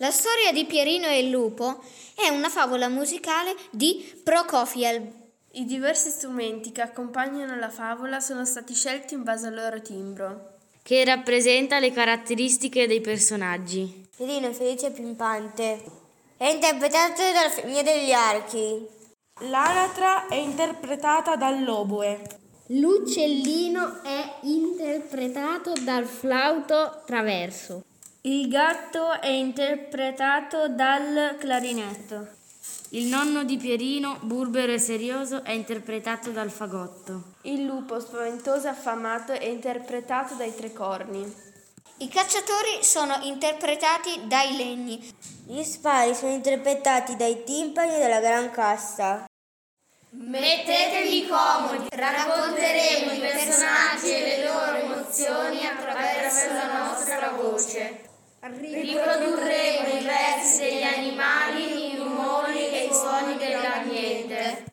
La storia di Pierino e il lupo è una favola musicale di Prokofiev. I diversi strumenti che accompagnano la favola sono stati scelti in base al loro timbro, che rappresenta le caratteristiche dei personaggi. Pierino felice e pimpante è interpretato dal Figlio degli Archi. L'anatra è interpretata dall'oboe. L'uccellino è interpretato dal flauto traverso. Il gatto è interpretato dal clarinetto. Il nonno di Pierino, burbero e serioso, è interpretato dal fagotto. Il lupo spaventoso e affamato è interpretato dai tre corni. I cacciatori sono interpretati dai legni. Gli spari sono interpretati dai timpani della gran cassa. Mettetevi comodi, racconteremo i personaggi e le loro emozioni attraverso la nostra voce. Riprodurremo